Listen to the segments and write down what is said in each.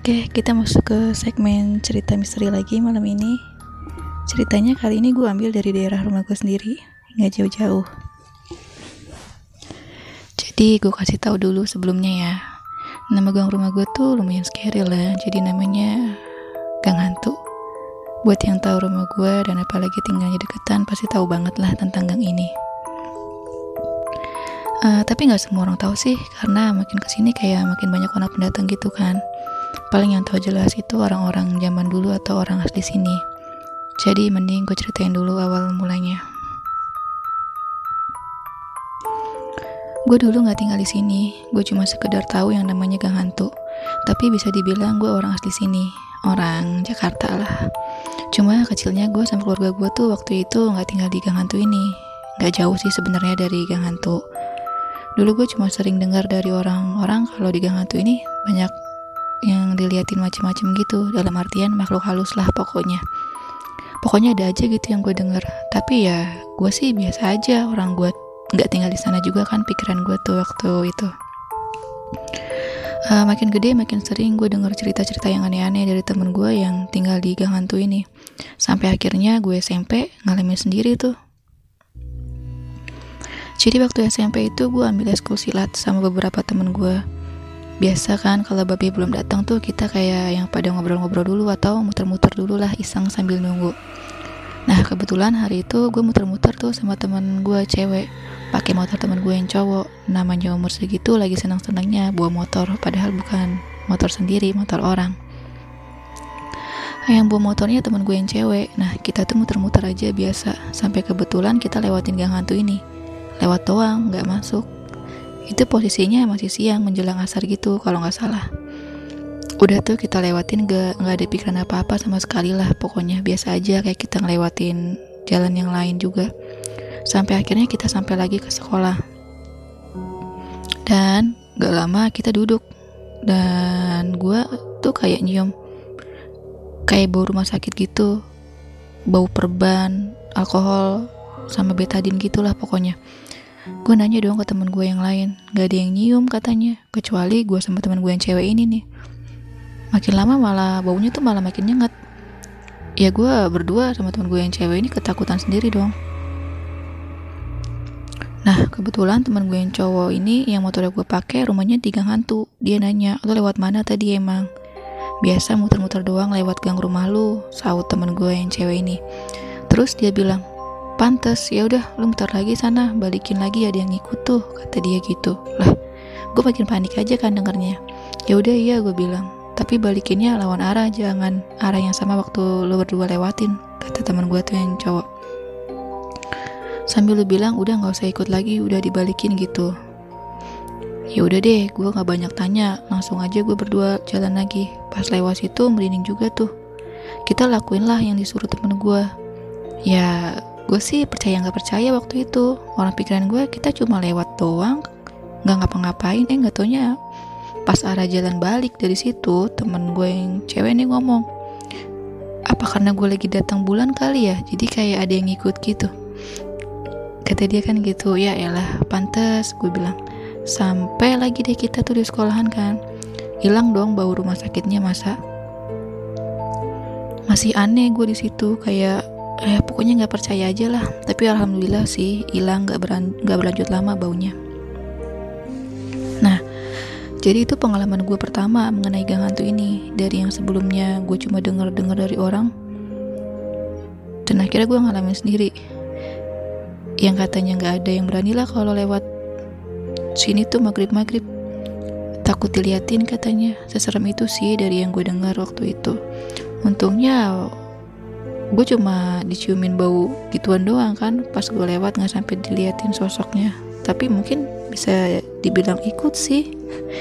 Oke, kita masuk ke segmen cerita misteri lagi malam ini. Ceritanya kali ini gue ambil dari daerah rumah gue sendiri, nggak jauh-jauh. Jadi gue kasih tahu dulu sebelumnya ya. Nama gang rumah gue tuh lumayan scary lah, jadi namanya Gang Hantu. Buat yang tahu rumah gue dan apalagi tinggalnya deketan pasti tahu banget lah tentang gang ini. Tapi nggak semua orang tahu sih, karena makin kesini kayak makin banyak orang pendatang gitu kan. Paling yang tahu jelas itu orang-orang zaman dulu atau orang asli sini. Jadi mending gue ceritain dulu awal mulanya. Gue dulu nggak tinggal di sini, gue cuma sekedar tahu yang namanya Gang Hantu. Tapi bisa dibilang gue orang asli sini, orang Jakarta lah. Cuma kecilnya gue sama keluarga gue tuh waktu itu nggak tinggal di Gang Hantu ini. Nggak jauh sih sebenarnya dari Gang Hantu. Dulu gue cuma sering dengar dari orang-orang kalau di Gang Hantu ini banyak yang diliatin macam-macam gitu, dalam artian makhluk halus lah pokoknya ada aja gitu yang gue denger. Tapi ya gue sih biasa aja, orang gue nggak tinggal di sana juga kan, pikiran gue tuh waktu itu. Makin gede makin sering gue denger cerita-cerita yang aneh-aneh dari temen gue yang tinggal di Gang Hantu ini, sampai akhirnya gue SMP ngalamin sendiri tuh. Jadi waktu SMP itu gue ambil ekskul silat sama beberapa temen gue. Biasa kan kalau babi belum datang tuh kita kayak yang pada ngobrol-ngobrol dulu atau muter-muter dulu lah iseng sambil nunggu. Nah kebetulan hari itu gue muter-muter tuh sama temen gue cewek, pakai motor temen gue yang cowok. Namanya umur segitu lagi senang-senangnya bawa motor, padahal bukan motor sendiri, motor orang. Yang bawa motornya temen gue yang cewek. Nah kita tuh muter-muter aja biasa, sampai kebetulan kita lewatin Gang Hantu ini. Lewat doang, gak masuk. Itu posisinya masih siang menjelang asar gitu kalau nggak salah. Udah tuh kita lewatin nggak ada pikiran apa-apa sama sekali lah, pokoknya biasa aja kayak kita ngelewatin jalan yang lain juga. Sampai akhirnya kita sampai lagi ke sekolah. Dan nggak lama kita duduk, dan gue tuh kayak nyium kayak bau rumah sakit gitu, bau perban, alkohol sama betadine gitulah pokoknya. Gue nanya dong ke temen gue yang lain, gak ada yang nyium katanya, kecuali gue sama temen gue yang cewek ini nih. Makin lama malah baunya tuh malah makin nyengat. Ya gue berdua sama temen gue yang cewek ini ketakutan sendiri dong. Nah kebetulan temen gue yang cowok ini yang motornya gue pakai rumahnya di Gang Hantu. Dia nanya, lo lewat mana tadi emang? Biasa muter-muter doang lewat gang rumah lu, sahut temen gue yang cewek ini. Terus dia bilang, pantes, ya udah lu muter lagi sana, balikin lagi, ada yang ngikut tuh, kata dia gitu. Lah gue makin panik aja kan dengernya. Ya udah iya gue bilang, tapi balikinnya lawan arah, jangan arah yang sama waktu lu berdua lewatin, kata teman gue tuh yang cowok. Sambil lu bilang udah nggak usah ikut lagi, udah dibalikin gitu. Ya udah deh, gue nggak banyak tanya, langsung aja gue berdua jalan lagi. Pas lewat situ merinding juga tuh. Kita lakuin lah yang disuruh temen gue. Ya gue sih percaya nggak percaya waktu itu. Orang pikiran gue kita cuma lewat doang, nggak ngapa-ngapain. Nggak taunya pas arah jalan balik dari situ, temen gue yang cewek nih ngomong, apa karena gue lagi datang bulan kali ya, jadi kayak ada yang ngikut gitu, kata dia kan gitu. Ya elah pantes, gue bilang. Sampai lagi deh kita tuh di sekolahan kan, hilang dong bau rumah sakitnya. Masa masih aneh gue di situ, kayak pokoknya nggak percaya aja lah. Tapi alhamdulillah sih hilang, nggak berlanjut lama baunya. Nah jadi itu pengalaman gue pertama mengenai Gang Hantu ini. Dari yang sebelumnya gue cuma dengar dari orang, dan akhirnya gue ngalamin sendiri. Yang katanya nggak ada yang berani lah kalau lewat sini tuh maghrib, takut diliatin katanya. Seserem itu sih dari yang gue dengar waktu itu. Untungnya gue cuma diciumin bau gituan doang kan, pas gue lewat nggak sampai diliatin sosoknya. Tapi mungkin bisa dibilang ikut sih.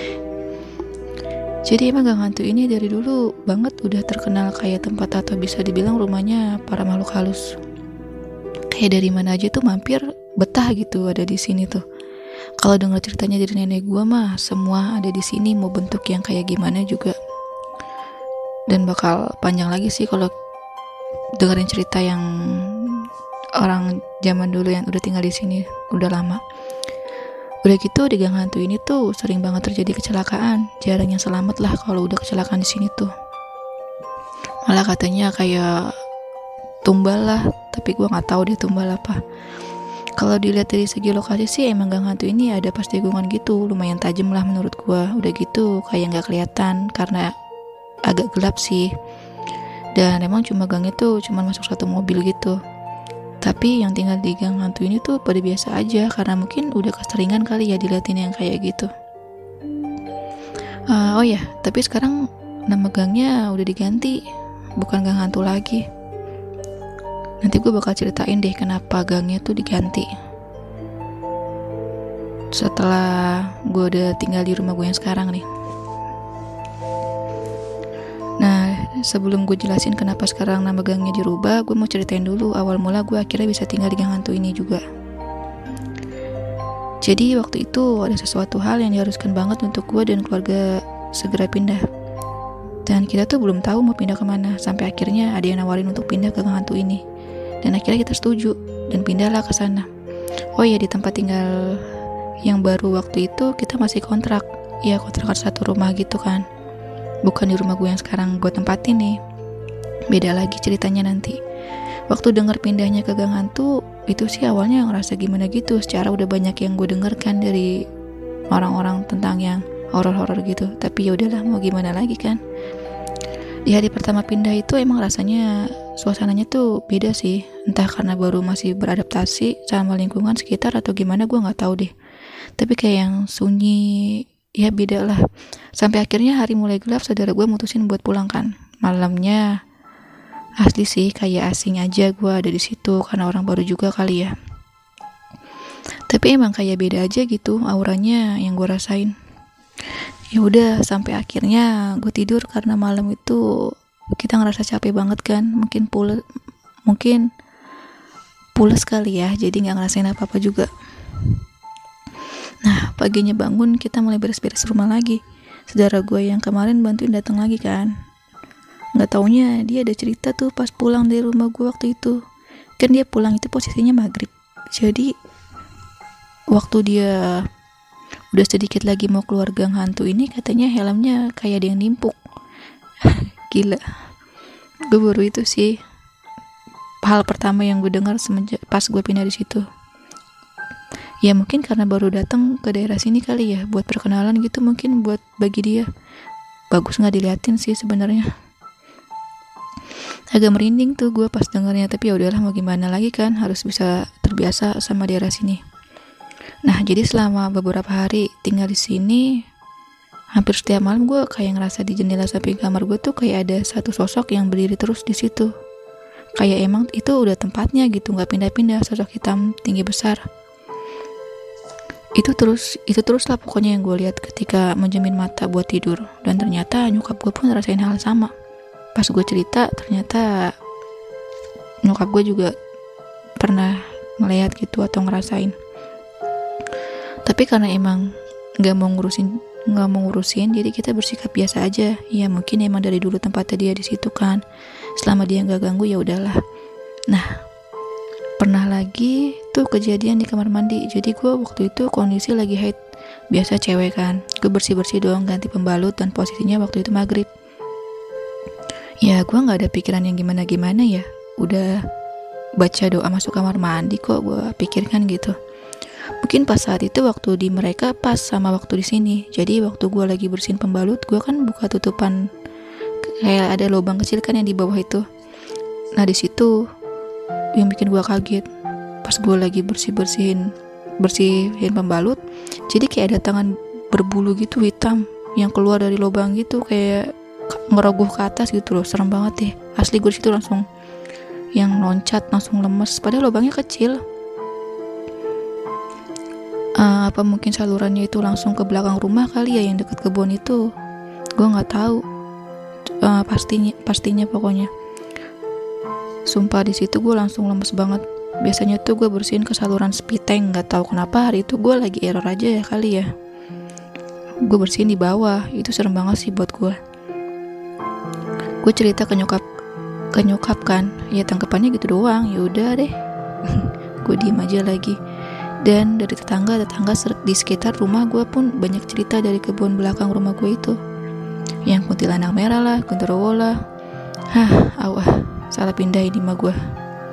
Jadi emang Gang Hantu ini dari dulu banget udah terkenal kayak tempat, atau bisa dibilang rumahnya para makhluk halus. Kayak dari mana aja tuh mampir betah gitu ada di sini tuh. Kalau dengar ceritanya dari nenek gue mah semua ada di sini, mau bentuk yang kayak gimana juga. Dan bakal panjang lagi sih kalau dengerin cerita yang orang zaman dulu yang udah tinggal di sini udah lama. Udah gitu di gang hantu ini tuh sering banget terjadi kecelakaan, jarang yang selamat lah kalau udah kecelakaan di sini tuh. Malah katanya kayak tumbal lah, tapi gue nggak tahu dia tumbal apa. Kalau dilihat dari segi lokasi sih emang gang hantu ini ada pas tikungan gitu, lumayan tajam lah menurut gue. Udah gitu kayak nggak kelihatan karena agak gelap sih. Dan emang cuma gang itu cuma masuk satu mobil gitu. Tapi yang tinggal di gang hantu ini tuh pada biasa aja karena mungkin udah keseringan kali ya diliatin yang kayak gitu. Oh ya, tapi sekarang nama gangnya udah diganti, bukan gang hantu lagi. Nanti gue bakal ceritain deh kenapa gangnya tuh diganti setelah gue udah tinggal di rumah gue yang sekarang nih. Nah, sebelum gue jelasin kenapa sekarang nama gangnya dirubah, gue mau ceritain dulu awal mula gue akhirnya bisa tinggal di gang hantu ini juga. Jadi waktu itu ada sesuatu hal yang diharuskan banget untuk gue dan keluarga segera pindah. Dan kita tuh belum tahu mau pindah kemana, sampai akhirnya ada yang nawarin untuk pindah ke gang hantu ini. Dan akhirnya kita setuju dan pindahlah ke sana. Oh iya, di tempat tinggal yang baru waktu itu kita masih kontrak. Ya kontrakan satu rumah gitu kan. Bukan di rumah gue yang sekarang gue tempatin nih. Beda lagi ceritanya nanti. Waktu denger pindahnya ke gang hantu, itu sih awalnya ngerasa gimana gitu. Secara udah banyak yang gue denger kan dari orang-orang tentang yang horor-horor gitu. Tapi ya udahlah, mau gimana lagi kan. Di hari pertama pindah itu emang rasanya suasananya tuh beda sih. Entah karena baru masih beradaptasi sama lingkungan sekitar atau gimana, gue nggak tahu deh. Tapi kayak yang sunyi, ya beda lah. Sampai akhirnya hari mulai gelap, saudara gue mutusin buat pulang kan. Malamnya asli sih kayak asing aja gue ada di situ karena orang baru juga kali ya. Tapi emang kayak beda aja gitu auranya yang gue rasain. Ya udah sampai akhirnya gue tidur karena malam itu kita ngerasa capek banget kan, mungkin pules kali ya, jadi nggak ngerasain apa-apa juga. Nah paginya bangun kita mulai beres-beres rumah lagi. Saudara gue yang kemarin bantuin datang lagi kan. Nggak taunya dia ada cerita tuh pas pulang dari rumah gue waktu itu. Kan dia pulang itu posisinya maghrib. Jadi waktu dia udah sedikit lagi mau keluar gang hantu ini, katanya helmnya kayak ada yang nimpuk. Gila. Gue baru itu sih hal pertama yang gue dengar semenjak pas gue pindah di situ. Ya mungkin karena baru datang ke daerah sini kali ya, buat perkenalan gitu mungkin buat bagi dia. Bagus nggak diliatin sih sebenarnya. Agak merinding tuh gue pas dengarnya, tapi ya udahlah mau gimana lagi kan, harus bisa terbiasa sama daerah sini. Nah jadi selama beberapa hari tinggal di sini, hampir setiap malam gue kayak ngerasa di jendela samping kamar gue tuh kayak ada satu sosok yang berdiri terus di situ. Kayak emang itu udah tempatnya gitu, nggak pindah-pindah, sosok hitam tinggi besar. Itu terus lah pokoknya yang gue lihat ketika menjamin mata buat tidur. Dan ternyata nyokap gue pun ngerasain hal sama. Pas gue cerita ternyata nyokap gue juga pernah ngeliat gitu atau ngerasain. Tapi karena emang nggak mau ngurusin, jadi kita bersikap biasa aja. Ya mungkin emang dari dulu tempatnya dia di situ kan. Selama dia nggak ganggu ya udahlah. Nah, pernah lagi tuh kejadian di kamar mandi. Jadi gue waktu itu kondisi lagi haid. Biasa cewek kan. Gue bersih-bersih doang, ganti pembalut, dan posisinya waktu itu maghrib. Ya gue nggak ada pikiran yang gimana-gimana ya. Udah baca doa masuk kamar mandi kok, gue pikirkan gitu. Mungkin pas saat itu waktu di mereka pas sama waktu di sini. Jadi waktu gue lagi bersihin pembalut, gue kan buka tutupan kayak ada lubang kecil kan yang di bawah itu. Nah di situ yang bikin gue kaget. Pas gue lagi bersihin pembalut, jadi kayak ada tangan berbulu gitu hitam yang keluar dari lubang gitu, kayak ngerogoh ke atas gitu loh. Serem banget deh. Asli gue di situ langsung yang loncat, langsung lemes. Padahal lubangnya kecil. Apa mungkin salurannya itu langsung ke belakang rumah kali ya, yang dekat kebun itu. Gue nggak tahu pastinya pokoknya. Sumpah di situ gue langsung lemes banget. Biasanya tuh gue bersihin ke saluran spiteng, nggak tahu kenapa hari itu gue lagi error aja ya kali ya. Gue bersihin di bawah, itu serem banget sih buat gue. Gue cerita ke nyokap kan, ya tanggapannya gitu doang. Ya udah deh, gue diem aja lagi. Dan dari tetangga di sekitar rumah gue pun banyak cerita dari kebun belakang rumah gue itu, yang kuntilanak merah lah, genderuwo lah. Salah pindah ini mah gue.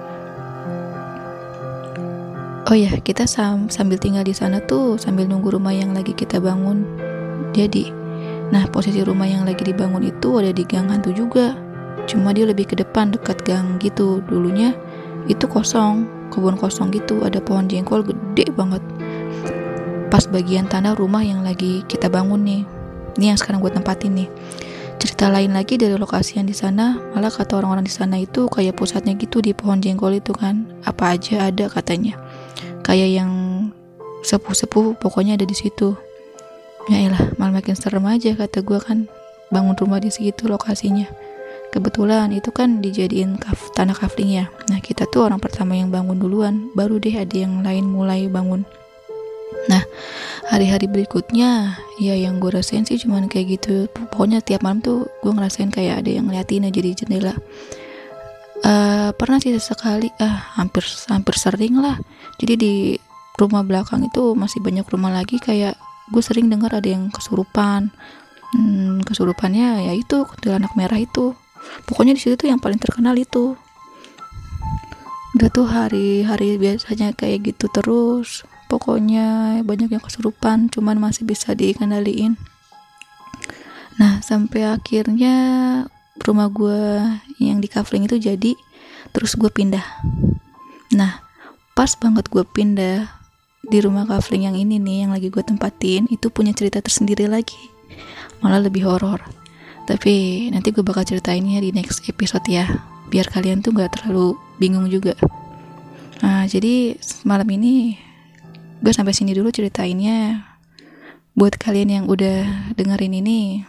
Oh ya, kita sambil tinggal di sana tuh sambil nunggu rumah yang lagi kita bangun. Jadi, nah posisi rumah yang lagi dibangun itu ada di gang hantu juga. Cuma dia lebih ke depan dekat gang gitu. Dulunya itu kosong, kebun kosong gitu, ada pohon jengkol gede banget. Pas bagian tanah rumah yang lagi kita bangun nih. Ini yang sekarang gue tempatin nih. Cerita lain lagi dari lokasi yang di sana, malah kata orang-orang di sana itu kayak pusatnya gitu di pohon jengkol itu kan. Apa aja ada katanya. Kayak yang sepuh-sepuh pokoknya ada di situ. Ya elah, malah makin serem aja kata gue kan, bangun rumah di situ lokasinya. Kebetulan itu kan dijadiin tanah kafling ya. Nah kita tuh orang pertama yang bangun duluan, baru deh ada yang lain mulai bangun. Nah hari-hari berikutnya ya yang gue rasain sih cuman kayak gitu. Pokoknya tiap malam tuh gue ngerasain kayak ada yang ngeliatin aja di jendela. Pernah sih sesekali, hampir sering lah. Jadi di rumah belakang itu masih banyak rumah lagi, kayak gue sering dengar ada yang kesurupan. Kesurupannya ya itu kuntilanak merah itu. Pokoknya di situ tuh yang paling terkenal itu. Udah tuh hari-hari biasanya kayak gitu terus. Pokoknya banyak yang kesurupan, cuman masih bisa dikendaliin. Nah sampai akhirnya rumah gue yang di kafling itu jadi, terus gue pindah. Nah pas banget gue pindah di rumah kafling yang ini nih, yang lagi gue tempatin, itu punya cerita tersendiri lagi, malah lebih horor. Tapi nanti gue bakal ceritainnya di next episode ya, biar kalian tuh gak terlalu bingung juga. Nah jadi malam ini gue sampai sini dulu ceritainnya. Buat kalian yang udah dengerin ini,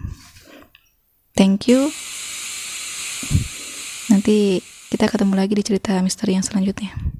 thank you. Nanti kita ketemu lagi di cerita misteri yang selanjutnya.